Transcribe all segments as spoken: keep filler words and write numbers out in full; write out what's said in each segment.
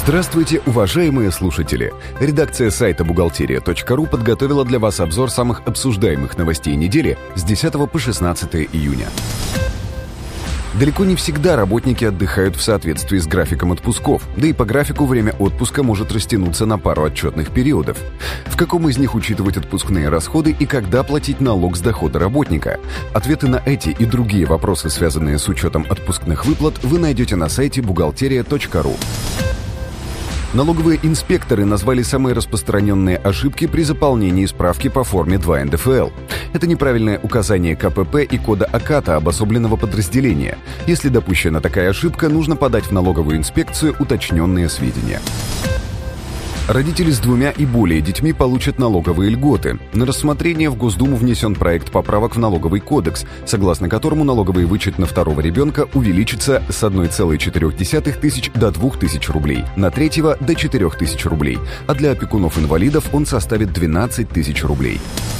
Здравствуйте, уважаемые слушатели! Редакция сайта бухгалтерия точка ру подготовила для вас обзор самых обсуждаемых новостей недели с десятого по шестнадцатое июня. Далеко не всегда работники отдыхают в соответствии с графиком отпусков, да и по графику время отпуска может растянуться на пару отчетных периодов. В каком из них учитывать отпускные расходы и когда платить налог с дохода работника? Ответы на эти и другие вопросы, связанные с учетом отпускных выплат, вы найдете на сайте бухгалтерия точка ру. Налоговые инспекторы назвали самые распространенные ошибки при заполнении справки по форме два эн дэ эф эл. Это неправильное указание ка пэ пэ и кода ОКАТа обособленного подразделения. Если допущена такая ошибка, нужно подать в налоговую инспекцию уточненные сведения. Родители с двумя и более детьми получат налоговые льготы. На рассмотрение в Госдуму внесен проект поправок в налоговый кодекс, согласно которому налоговый вычет на второго ребенка увеличится с одной целой четырёх десятых тысяч до двух тысяч рублей, на третьего до четырёх тысяч рублей, а для опекунов-инвалидов он составит двенадцать тысяч рублей.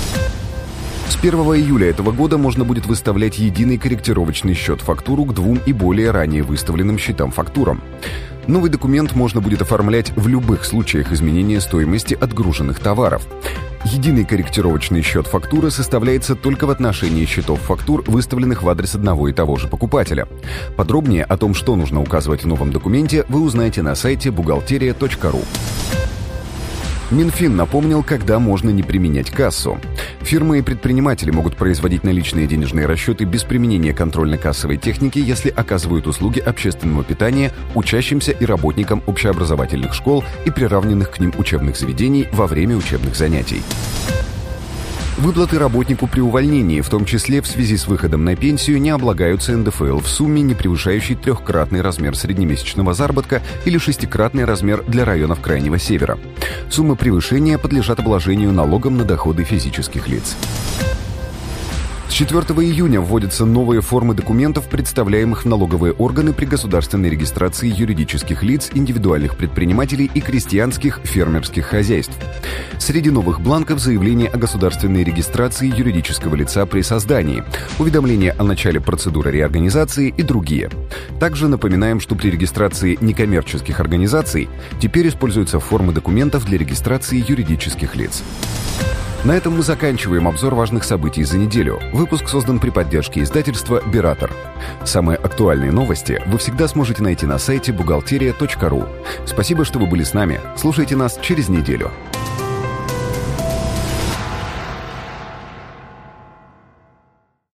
С первого июля этого года можно будет выставлять единый корректировочный счет-фактуру к двум и более ранее выставленным счетам-фактурам. Новый документ можно будет оформлять в любых случаях изменения стоимости отгруженных товаров. Единый корректировочный счет-фактуры составляется только в отношении счетов-фактур, выставленных в адрес одного и того же покупателя. Подробнее о том, что нужно указывать в новом документе, вы узнаете на сайте бухгалтерия точка ру. Минфин напомнил, когда можно не применять кассу. Фирмы и предприниматели могут производить наличные денежные расчеты без применения контрольно-кассовой техники, если оказывают услуги общественного питания учащимся и работникам общеобразовательных школ и приравненных к ним учебных заведений во время учебных занятий. Выплаты работнику при увольнении, в том числе в связи с выходом на пенсию, не облагаются эн дэ эф эл в сумме, не превышающей трехкратный размер среднемесячного заработка или шестикратный размер для районов Крайнего Севера. Суммы превышения подлежат обложению налогом на доходы физических лиц. С четвёртого июня вводятся новые формы документов, представляемых в налоговые органы при государственной регистрации юридических лиц, индивидуальных предпринимателей и крестьянских фермерских хозяйств. Среди новых бланков заявление о государственной регистрации юридического лица при создании, уведомление о начале процедуры реорганизации и другие. Также напоминаем, что при регистрации некоммерческих организаций теперь используются формы документов для регистрации юридических лиц. На этом мы заканчиваем обзор важных событий за неделю. Выпуск создан при поддержке издательства «Биратор». Самые актуальные новости вы всегда сможете найти на сайте бухгалтерия точка ру. Спасибо, что вы были с нами. Слушайте нас через неделю.